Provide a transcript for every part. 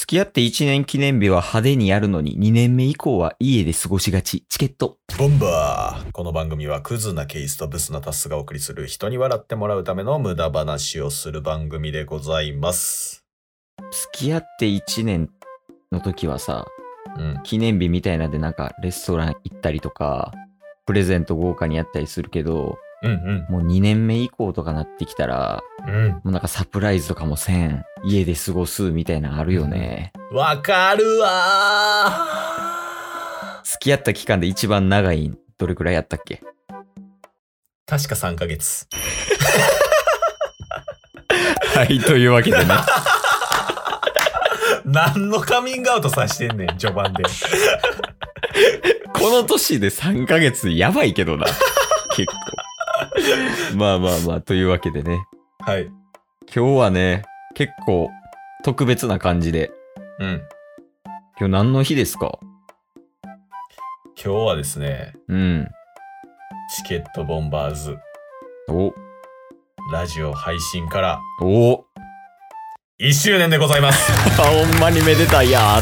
付き合って1年記念日は派手にやるのに2年目以降は家で過ごしがち。チケット。 ボンバー。この番組はクズなケイスとブスなタスがお送りする人に笑ってもらうための無駄話をする番組でございます。 付き合って1年の時はさ、 うん。 記念日みたいなんでなんかレストラン行ったりとか、プレゼント豪華にやったりするけど、もう2年目以降とかなってきたら、もうなんかサプライズとかもせん、家で過ごすみたいなのあるよね。 わかるわー。 付き合った期間で一番長いどれくらいやったっけ？ 確か3ヶ月。 はい、というわけでね。 何のカミングアウトさしてんねん、序盤で。 この年で3ヶ月やばいけどな。結構。まあ、というわけでね。 はい。 今日はね、結構特別な感じで。今日何の日ですか？ 今日はですね、チケットボンバーズラジオ配信から1周年でございます。 ほんまにめでたいや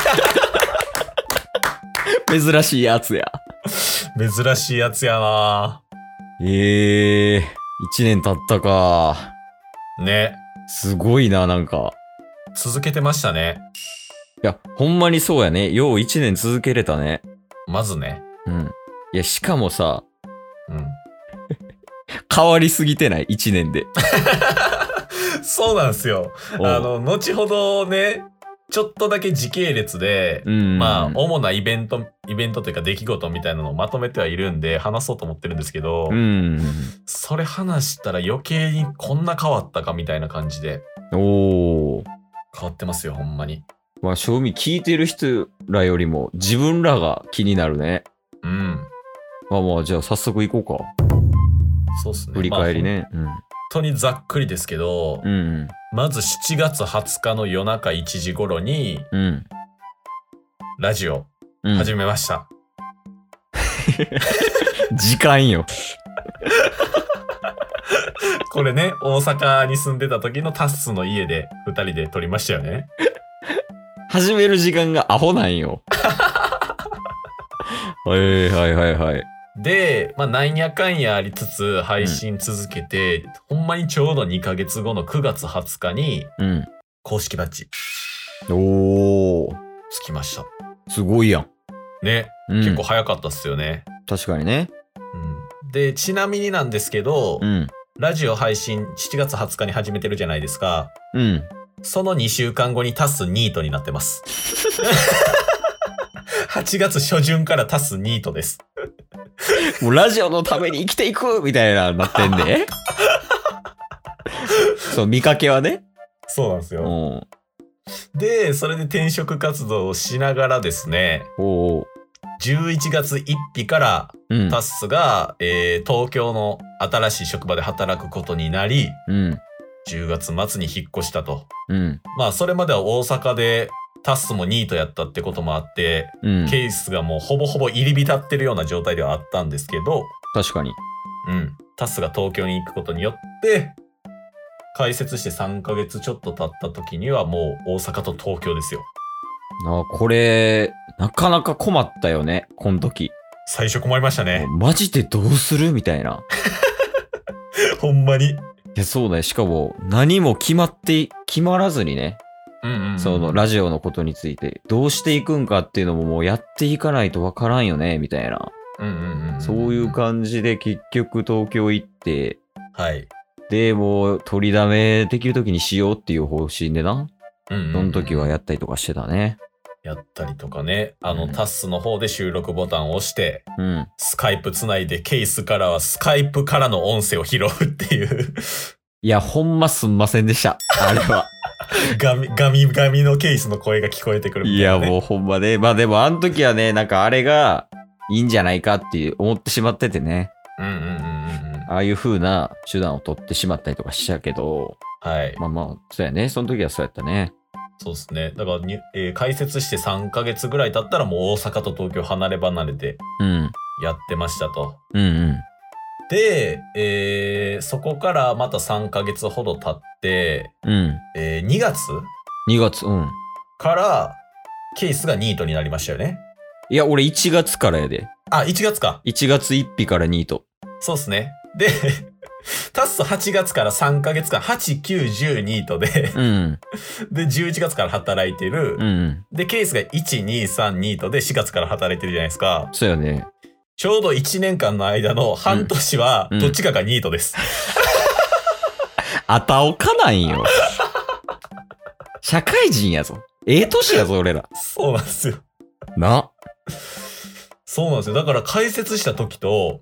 つ。珍しいやつや。 珍しいやつやな。 1年経ったか。 ね。 すごいな、なんか。 続けてましたね。 いや、ほんまにそうやね。よう1年続けれたね。 まずね。 いや、しかもさ、変わりすぎてない ?1 年で。 そうなんですよ。後ほどね、ちょっとだけ時系列で、まあ、主なイベントというか出来事みたいなのをまとめてはいるんで、話そうと思ってるんですけど、それ話したら余計にこんな変わったかみたいな感じで。変わってますよ、ほんまに。 まあ、正味聞いてる人らよりも自分らが気になるね。まあ、じゃあ早速行こうか。 そうっすね。 振り返りね。 本当にざっくりですけど、まず7月20日の夜中1時頃に、ラジオ始めました。 時間よ。 これね、大阪に住んでた時のタッスの家で2人で撮りましたよね。 始める時間がアホなんよ。はい。 で、まあ、なんやかんやありつつ配信続けて、ほんまにちょうど2ヶ月後の9月20日に、公式バッジ。つきました。 すごいやん。 ね、結構早かったっすよね。 確かにね。 で、ちなみになんですけど、ラジオ配信7月20日に始めてるじゃないですか。その2週間後にタスニートになってます。8月初旬からタスニートです。 もうラジオのために生きていくみたいななってんで。そう、見かけはね。 そうなんですよ。で、それで転職活動をしながらですね、11月1日からタッスが、東京の新しい職場で働くことになり、10月末に引っ越したと。まあ、それまでは大阪でタッスもニートやったってこともあって、ケースがもうほぼほぼ入り浸ってるような状態ではあったんですけど、 確かに。 タッスが東京に行くことによって、開設して3ヶ月ちょっと経った時にはもう大阪と東京ですよ。 これ、なかなか困ったよね、この時。 最初困りましたね。 マジでどうするみたいな。 ほんまに。いや、そうね。しかも、何も決まらずにね。そのラジオのことについて、どうしていくんかっていうのももうやっていかないとわからんよね、みたいな。そういう感じで結局東京行って、で、もう取りだめできる時にしようっていう方針でな。その時はやったりとかしてたね。 やったりとかね。タッスの方で収録ボタンを押して、スカイプつないでケースからはスカイプからの音声を拾うっていう。 いや、ほんますんませんでした。あれは。 ガミのケースの声が聞こえてくるみたいな、ね。 いや、もうほんまね。まあでもあの時はね、なんかあれがいいんじゃないかって思ってしまっててね。ああいう風な手段を取ってしまったりとかしちゃうけど。まあ、そうやね。その時はそうやったね。 そうですね。だから開設して3ヶ月ぐらい経ったらもう大阪と東京離れ離れでやってましたと。で、そこからまた3ヶ月ほど経って、2月から、ケースがニートになりましたよね。 いや、俺1月からやで。 あ、1月か。 1月1日からニート。 そうっすね。で、タッソ8月から3ヶ月間、8、9、10ニートで、うん、で、11月から働いてる。うん、で、ケースが1、2、3ニートで4月から働いてるじゃないですか。 そうよね。 ちょうど1年間の間の半年は、どっちかがニートです。 あたおかないよ。社会人やぞ。年やぞ、俺ら。 そうなんですよ。 な。 そうなんですよ。だから解説した時と、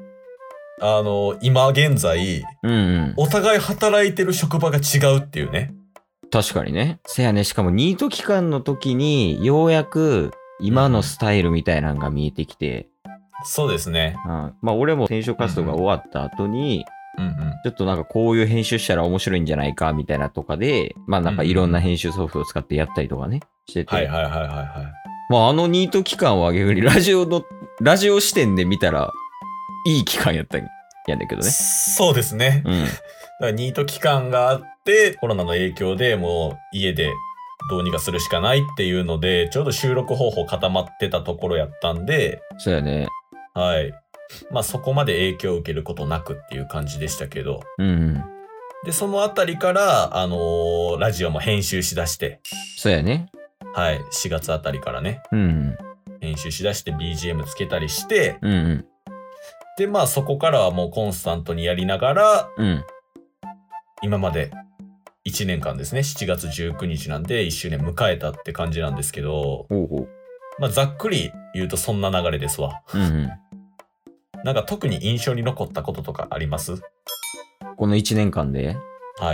今現在、お互い働いてる職場が違うっていうね。 確かにね。せやね、しかもニート期間の時に、ようやく今のスタイルみたいなのが見えてきて。 そうですね。 まあ俺も転職活動が終わった後に、ちょっとなんかこういう編集したら面白いんじゃないかみたいなとかで、まあなんかいろんな編集ソフトを使ってやったりとかね、してて。 はいはいはいはいはい。 まあニート期間は逆にラジオ視点で見たら、いい期間やったんやんだけどね。 そうですね。だからニート期間があって、コロナの影響でもう家でどうにかするしかないっていうので、ちょうど収録方法固まってたところやったんで、 そうやね。 はい。まあそこまで影響を受けることなくっていう感じでしたけど。で、そのあたりから、ラジオも編集しだして。 そうやね。 はい。4月あたりからね。編集しだして BGM つけたりして、で、まあそこからはもうコンスタントにやりながら、今まで1年間ですね、7月19日なんで1周年迎えたって感じなんですけど、まあざっくり言うとそんな流れですわ。なんか特に印象に残ったこととかあります？ この1年間で？ はい。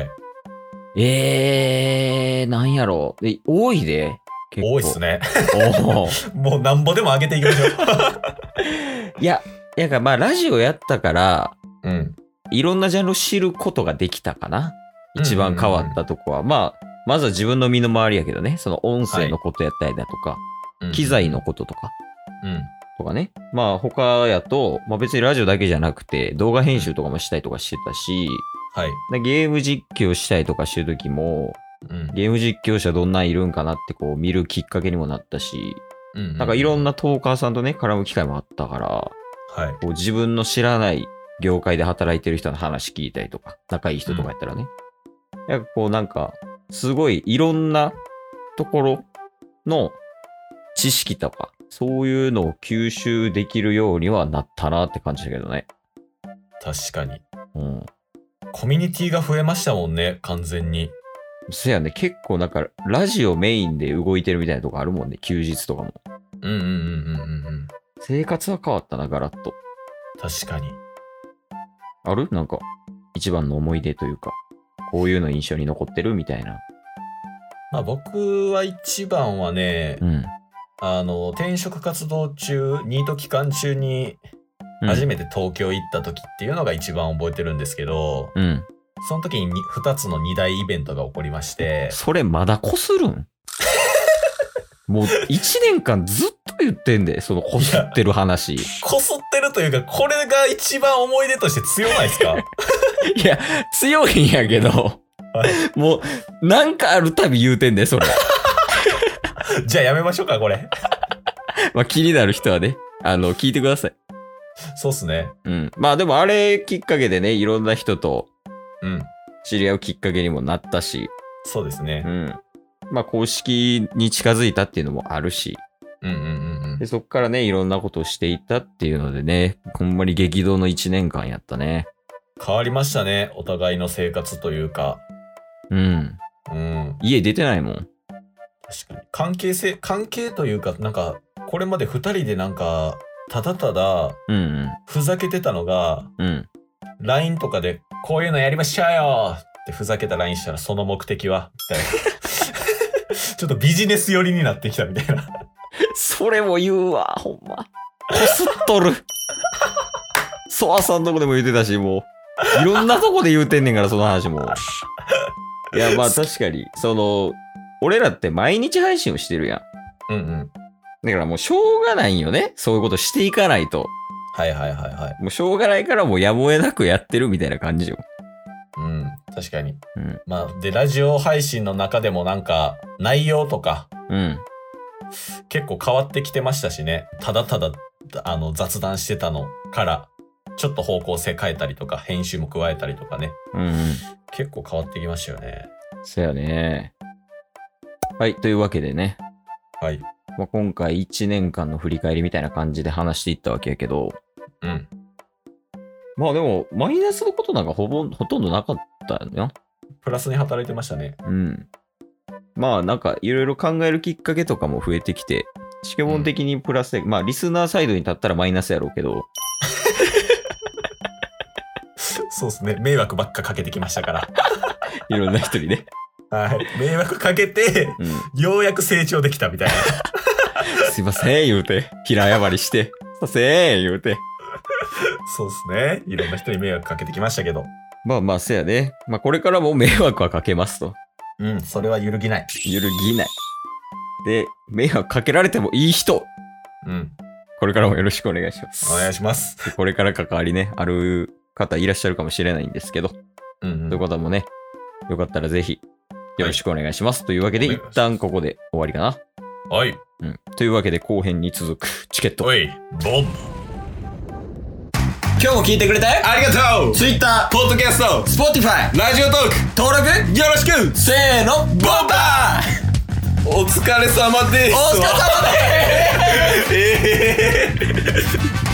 なんやろう。多いで。 多いっすね。もうなんぼでも上げていきましょう。 いや、なんかまあラジオやったから、いろんなジャンルを知ることができたかな。一番変わったとこは。まあ、まずは自分の身の回りやけどね。その音声のことやったりだとか、機材のこととか。とかね。まあ他やと、まあ別にラジオだけじゃなくて、動画編集とかもしたりとかしてたし、ゲーム実況したりとかしてるときも、ゲーム実況者どんなんいるんかなってこう見るきっかけにもなったし、なんかいろんなトーカーさんとね、絡む機会もあったから、こう自分の知らない業界で働いてる人の話聞いたりとか、仲いい人とかやったらね。なんか、すごいいろんなところの知識とか、そういうのを吸収できるようにはなったなって感じだけどね。 確かに。コミュニティが増えましたもんね、完全に。 そやね、結構なんかラジオメインで動いてるみたいなとこあるもんね、休日とかも。生活は変わったな、ガラッと。 確かに。 ある？なんか、一番の思い出というか、こういうの印象に残ってるみたいな。 まあ僕は一番はね、転職活動中、ニート期間中に初めて東京行った時っていうのが一番覚えてるんですけど、その時に2つの2大イベントが起こりまして。 それまだこするん？もう1年間ずっと言ってんで、そのこすってる話。 こすってるというか、これが一番思い出として強ないですか？ いや、強いんやけど、もうなんかあるたび言うてんで、それ。 じゃあやめましょうか、これ。 まあ気になる人はね、聞いてください。 そうっすね。 まあでもあれきっかけでね、いろんな人と知り合うきっかけにもなったし。 そうですね。 まあ公式に近づいたっていうのもあるし。でそっからね、いろんなことをしていったっていうのでね、ほんまに激動の1年間やったね。 変わりましたね、お互いの生活というか。 家出てないもん。 確かに。関係というか、なんか、これまで2人でなんか、ただただ、ふざけてたのが、LINE とかで、こういうのやりましょうよってふざけた LINE したら、その目的はみたいな。ちょっとビジネス寄りになってきたみたいな。 それも言うわ、ほんま。こすっとる。ソワさんのとこでも言ってたし、もう。いろんなとこで言うてんねんから、その話も。いや、まあ確かに、俺らって毎日配信をしてるやん。だからもうしょうがないんよね。そういうことしていかないと。 はい。 もうしょうがないからもうやむを得なくやってるみたいな感じよ。 確かに。まあ、で、ラジオ配信の中でもなんか、内容とか、結構変わってきてましたしね。ただただ、雑談してたのから、ちょっと方向性変えたりとか、編集も加えたりとかね。結構変わってきましたよね。 そうやね。はい、というわけでね。 はい。 まあ、今回1年間の振り返りみたいな感じで話していったわけやけど。まあでも、マイナスのことなんかほとんどなかったよな。 プラスに働いてましたね。 まあなんかいろいろ考えるきっかけとかも増えてきて、基本的にプラスで、まあリスナーサイドに立ったらマイナスやろうけど。 そうですね。迷惑ばっかかけてきましたから。 いろんな人にね。 はい。迷惑かけて、ようやく成長できたみたいな。 すいません、言うて。平謝りして。すいません、言うて。 そうですね。いろんな人に迷惑かけてきましたけど。 まあまあ、せやね。まあこれからも迷惑はかけますと。 それは揺るぎない。 揺るぎない。で、迷惑かけられてもいい人。これからもよろしくお願いします。 お願いします。 これから関わりね、ある方いらっしゃるかもしれないんですけど。ということもね、よかったらぜひ、よろしくお願いします。というわけで、一旦ここで終わりかな。 はい。 というわけで、後編に続くチケット。 ボン。今日も聞いてくれてありがとう。 Twitter、ポッドキャスト、Spotify、ラジオトーク登録よろしく。せーの、ボンバー。お疲れ様です。お疲れ様です。